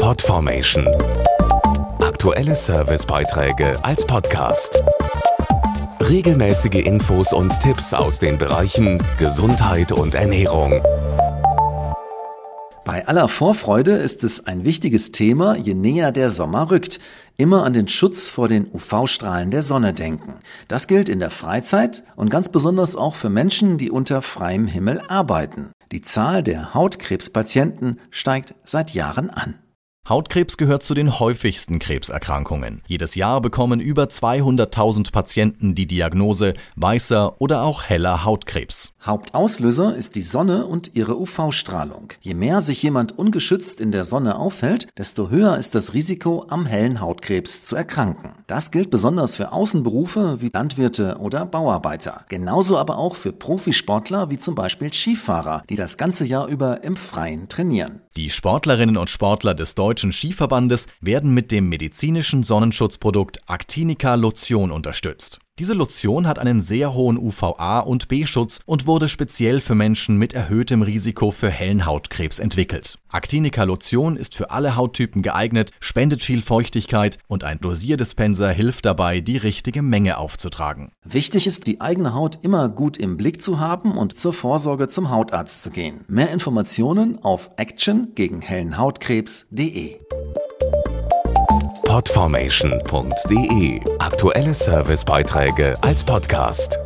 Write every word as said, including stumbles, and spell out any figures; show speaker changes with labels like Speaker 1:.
Speaker 1: Podformation. Aktuelle Servicebeiträge als Podcast. Regelmäßige Infos und Tipps aus den Bereichen Gesundheit und Ernährung.
Speaker 2: Bei aller Vorfreude ist es ein wichtiges Thema, je näher der Sommer rückt. Immer an den Schutz vor den U V-Strahlen der Sonne denken. Das gilt in der Freizeit und ganz besonders auch für Menschen, die unter freiem Himmel arbeiten. Die Zahl der Hautkrebspatienten steigt seit Jahren an.
Speaker 3: Hautkrebs gehört zu den häufigsten Krebserkrankungen. Jedes Jahr bekommen über zweihunderttausend Patienten die Diagnose weißer oder auch heller Hautkrebs.
Speaker 2: Hauptauslöser ist die Sonne und ihre U V-Strahlung. Je mehr sich jemand ungeschützt in der Sonne aufhält, desto höher ist das Risiko, am hellen Hautkrebs zu erkranken. Das gilt besonders für Außenberufe wie Landwirte oder Bauarbeiter. Genauso aber auch für Profisportler wie zum Beispiel Skifahrer, die das ganze Jahr über im Freien trainieren.
Speaker 3: Die Sportlerinnen und Sportler des Deutschen Skiverbandes werden mit dem medizinischen Sonnenschutzprodukt Actinica Lotion unterstützt. Diese Lotion hat einen sehr hohen U V A- und B-Schutz und wurde speziell für Menschen mit erhöhtem Risiko für hellen Hautkrebs entwickelt. Actinica Lotion ist für alle Hauttypen geeignet, spendet viel Feuchtigkeit und ein Dosierdispenser hilft dabei, die richtige Menge aufzutragen.
Speaker 2: Wichtig ist, die eigene Haut immer gut im Blick zu haben und zur Vorsorge zum Hautarzt zu gehen. Mehr Informationen auf action gegen hellen Hautkrebs punkt de.
Speaker 1: Podformation punkt de. Aktuelle Servicebeiträge als Podcast.